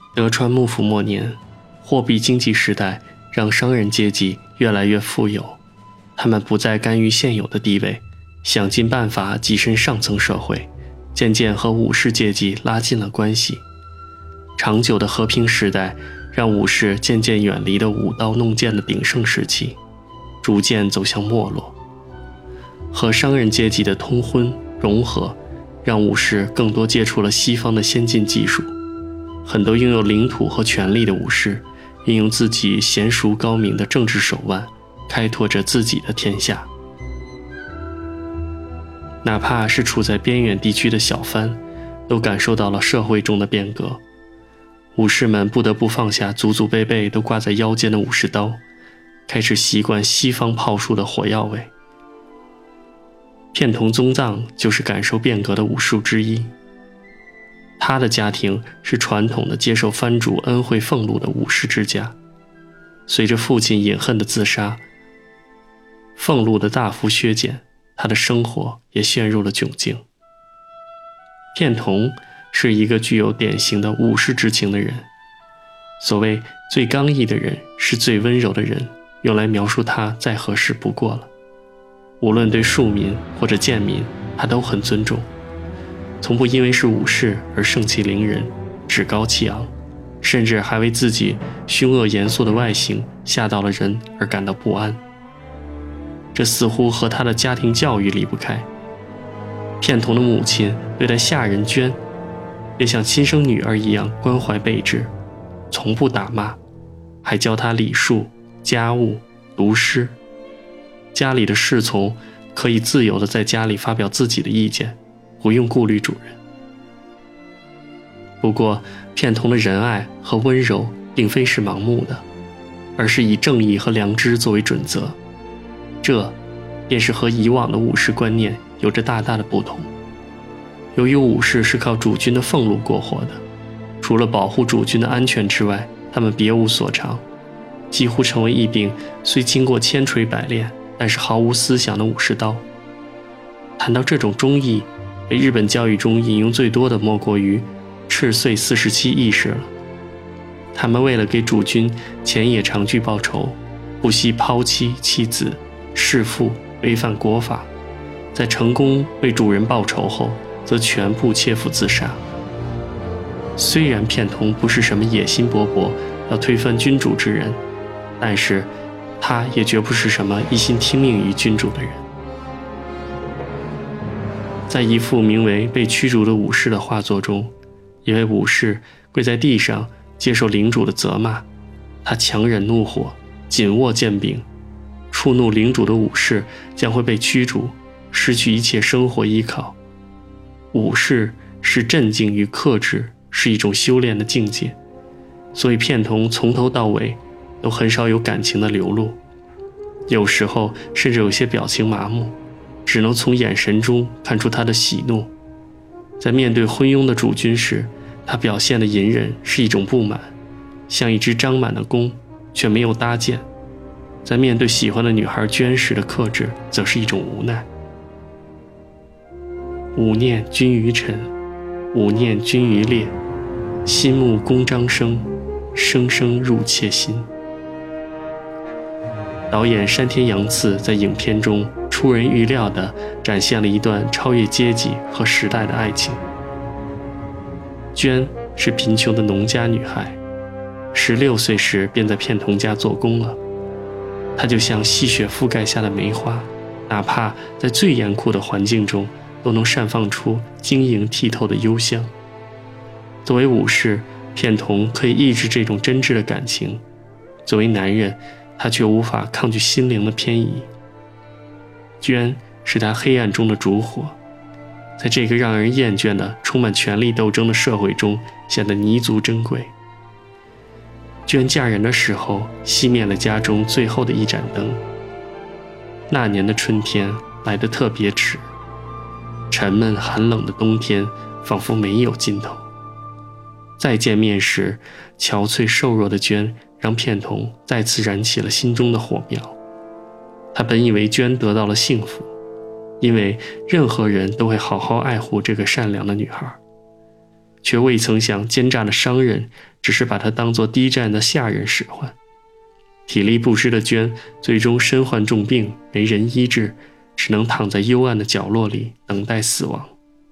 德川幕府末年，货币经济时代让商人阶级越来越富有，他们不再甘于现有的地位，想尽办法跻身上层社会，渐渐和武士阶级拉近了关系。长久的和平时代让武士渐渐远离了舞刀弄剑的鼎盛时期，逐渐走向没落。和商人阶级的通婚融合，让武士更多接触了西方的先进技术。很多拥有领土和权力的武士运用自己娴熟高明的政治手腕，开拓着自己的天下。哪怕是处在边远地区的小藩，都感受到了社会中的变革。武士们不得不放下祖祖辈辈都挂在腰间的武士刀，开始习惯西方炮术的火药味。片桐宗藏就是感受变革的武术之一。他的家庭是传统的接受藩主恩惠俸禄的武士之家，随着父亲隐恨的自杀，俸禄的大幅削减，他的生活也陷入了窘境。片桐是一个具有典型的武士之情的人，所谓最刚毅的人是最温柔的人，用来描述他再合适不过了。无论对庶民或者贱民，他都很尊重，从不因为是武士而盛气凌人，趾高气昂，甚至还为自己凶恶严肃的外形吓到了人而感到不安。这似乎和他的家庭教育离不开。片桐的母亲对待下人娟也像亲生女儿一样关怀备至，从不打骂，还教她礼数、家务、读诗。家里的侍从可以自由地在家里发表自己的意见，不用顾虑主人。不过，片桐的仁爱和温柔并非是盲目的，而是以正义和良知作为准则。这便是和以往的武士观念有着大大的不同。由于武士是靠主君的俸禄过活的，除了保护主君的安全之外，他们别无所长，几乎成为一柄虽经过千锤百炼，但是毫无思想的武士刀。谈到这种忠义，被日本教育中引用最多的莫过于赤穗47义士了。他们为了给主君前野长矩报仇，不惜抛妻弃子、弑父，违反国法，在成功为主人报仇后，则全部切腹自杀。虽然片桐不是什么野心勃勃要推翻君主之人，但是他也绝不是什么一心听命于君主的人。在一幅名为《被驱逐的武士》的画作中，一位武士跪在地上接受领主的责骂，他强忍怒火，紧握剑柄。触怒领主的武士将会被驱逐，失去一切生活依靠。武士是镇静与克制，是一种修炼的境界，所以片桐从头到尾都很少有感情的流露，有时候甚至有些表情麻木，只能从眼神中看出他的喜怒。在面对昏庸的主君时，他表现的隐忍是一种不满，像一只张满的弓，却没有搭箭。在面对喜欢的女孩娟时的克制，则是一种无奈。吾念君于臣，吾念君于烈，心目公张生，生生入妾心。导演山田洋次在影片中出人预料地展现了一段超越阶级和时代的爱情。娟是贫穷的农家女孩，16岁时便在片桐家做工了。她就像细雪覆盖下的梅花，哪怕在最严酷的环境中，都能绽放出晶莹剔透的幽香。作为武士，片桐可以抑制这种真挚的感情；作为男人，他却无法抗拒心灵的偏移。娟是他黑暗中的烛火，在这个让人厌倦的充满权力斗争的社会中显得弥足珍贵。娟嫁人的时候熄灭了家中最后的一盏灯。那年的春天来得特别迟，沉闷寒冷的冬天仿佛没有尽头。再见面时，憔悴瘦弱的娟让片桐再次燃起了心中的火苗。他本以为娟得到了幸福，因为任何人都会好好爱护这个善良的女孩。 却未曾想奸诈的商人只是把他当作低贱的下人使唤。体力不支的娟最终身患重病，没人医治，只能躺在幽暗的角落里等待死亡。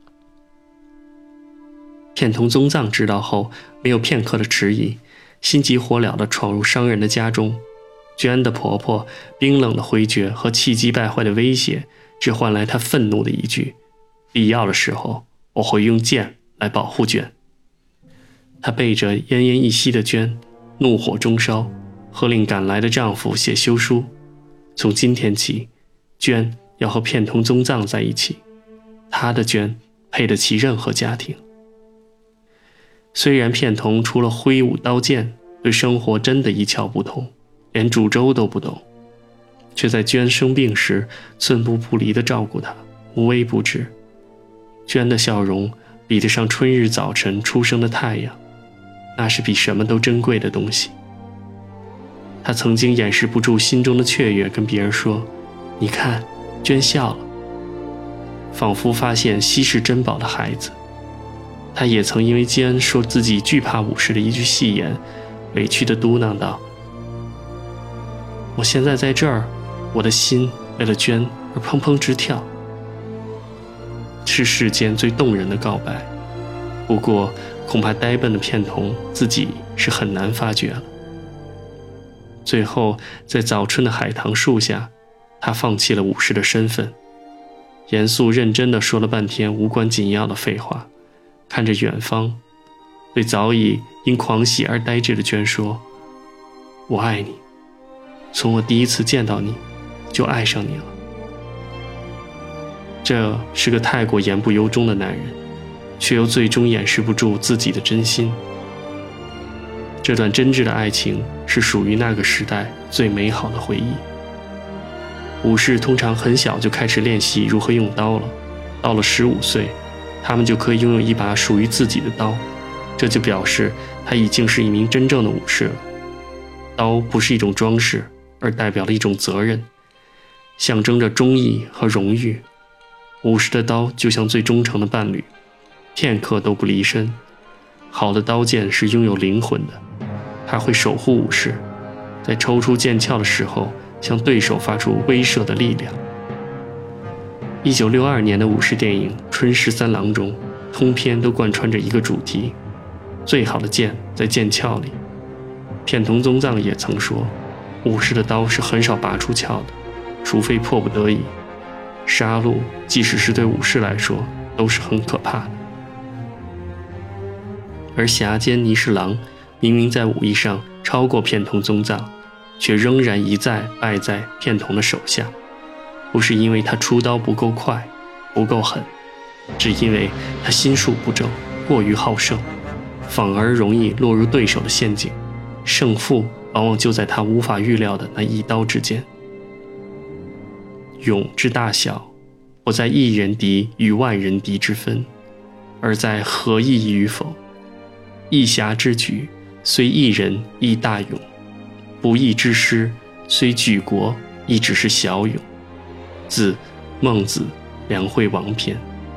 片桐宗藏知道后，没有片刻的迟疑，心急火燎地闯入商人的家中。娟的婆婆冰冷的回绝和气急败坏的威胁，只换来她愤怒的一句：必要的时候，我会用剑来保护娟。她背着奄奄一息的娟，怒火中烧，喝令赶来的丈夫写休书，从今天起，娟要和片桐宗藏在一起，她的娟配得起任何家庭。虽然片桐除了挥舞刀剑，对生活真的一窍不通，连煮粥都不懂，却在娟生病时寸步不离地照顾她，无微不至。娟的笑容比得上春日早晨初升的太阳，那是比什么都珍贵的东西。她曾经掩饰不住心中的雀跃，跟别人说：你看，娟笑了，仿佛发现稀世珍宝的孩子。她也曾因为娟说自己惧怕武士的一句戏言，委屈地嘟囔道：我现在在这儿，我的心为了娟而砰砰直跳。是世间最动人的告白，不过恐怕呆笨的片桐自己是很难发觉了。最后在早春的海棠树下，他放弃了武士的身份，严肃认真地说了半天无关紧要的废话，看着远方，对早已因狂喜而呆滞的娟说：我爱你，从我第一次见到你就爱上你了。这是个太过言不由衷的男人，却又最终掩饰不住自己的真心。这段真挚的爱情是属于那个时代最美好的回忆。武士通常很小就开始练习如何用刀了，到了15岁，他们就可以拥有一把属于自己的刀，这就表示他已经是一名真正的武士了。刀不是一种装饰，而代表了一种责任，象征着忠义和荣誉。武士的刀就像最忠诚的伴侣，片刻都不离身。好的刀剑是拥有灵魂的，它会守护武士，在抽出剑鞘的时候向对手发出威慑的力量。1962年的武士电影《春13郎》中，通篇都贯穿着一个主题：最好的剑在剑鞘里。片桐宗藏也曾说，武士的刀是很少拔出鞘的，除非迫不得已。杀戮即使是对武士来说都是很可怕的。而侠间尼侍郎明明在武艺上超过片桐宗藏，却仍然一再败在片桐的手下，不是因为他出刀不够快不够狠，只因为他心术不正，过于好胜，反而容易落入对手的陷阱，胜负往往就在他无法预料的那一刀之间。勇之大小，不在一人敌与万人敌之分，而在合意与否。一侠之举，虽一人亦大勇；不义之师，虽举国亦只是小勇。自孟子梁惠王篇。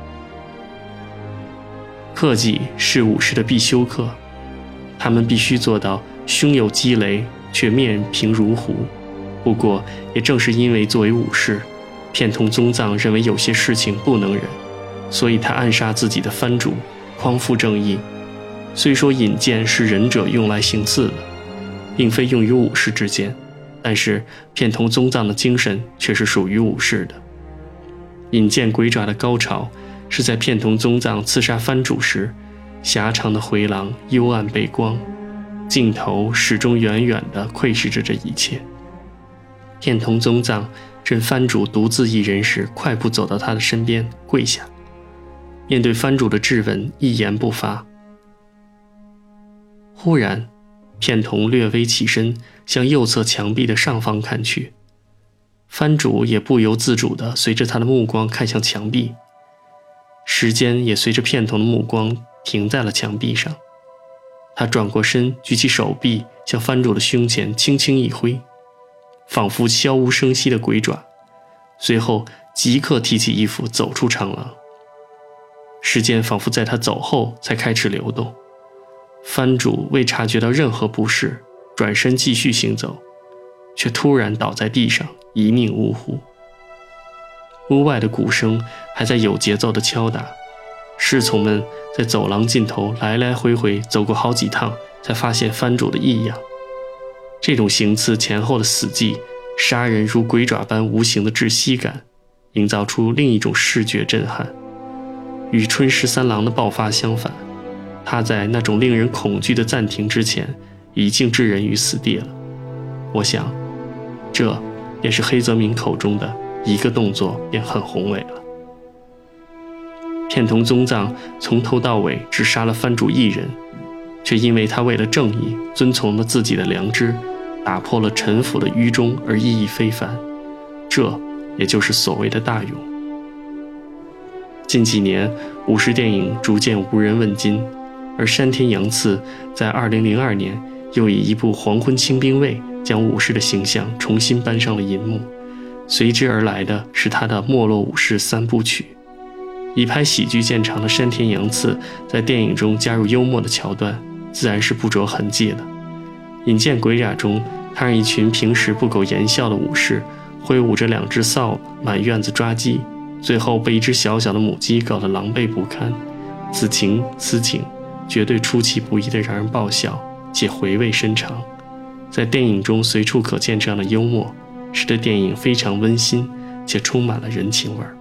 克己是武士的必修课，他们必须做到胸有积雷，却面平如虎。不过也正是因为作为武士，片桐宗藏认为有些事情不能忍，所以他暗杀自己的藩主，匡扶正义。虽说引剑是忍者用来行刺的，并非用于武士之间，但是片桐宗藏的精神却是属于武士的。引剑鬼爪的高潮是在片桐宗藏刺杀藩主时，狭长的回廊幽暗背光，镜头始终远远地窥视着这一切。片桐宗藏趁藩主独自一人时，快步走到他的身边，跪下，面对藩主的质问，一言不发。忽然，片桐略微起身，向右侧墙壁的上方看去。藩主也不由自主地随着他的目光看向墙壁，时间也随着片桐的目光停在了墙壁上。他转过身，举起手臂，向藩主的胸前轻轻一挥，仿佛悄无声息的鬼爪，随后即刻提起衣服走出长廊。 时间仿佛在他走后才开始流动。藩主未察觉到任何不适，转身继续行走，却突然倒在地上，一命呜呼。屋外的鼓声还在有节奏地敲打，侍从们在走廊尽头来来回回走过好几趟，才发现藩主的异样。这种行刺前后的死寂，杀人如鬼爪般无形的窒息感，营造出另一种视觉震撼。与春13郎的爆发相反，他在那种令人恐惧的暂停之前，已经置人于死地了。我想，这便是黑泽明口中的一个动作便很宏伟了。片桐宗藏从头到尾只杀了藩主一人，却因为他为了正义，遵从了自己的良知，打破了臣服的愚忠而意义非凡，这也就是所谓的大勇。近几年武士电影逐渐无人问津，而山田洋次在2002年又以一部《黄昏清兵卫》将武士的形象重新搬上了银幕，随之而来的是他的《没落武士3部曲》。以拍喜剧见长的山田洋次在电影中加入幽默的桥段，自然是不着痕迹的。引见鬼爪中，他让一群平时不苟言笑的武士挥舞着2只扫满院子抓鸡，最后被一只小小的母鸡搞得狼狈不堪。此情此景绝对出其不意地让人爆笑，且回味深长。在电影中随处可见这样的幽默，使得电影非常温馨且充满了人情味儿。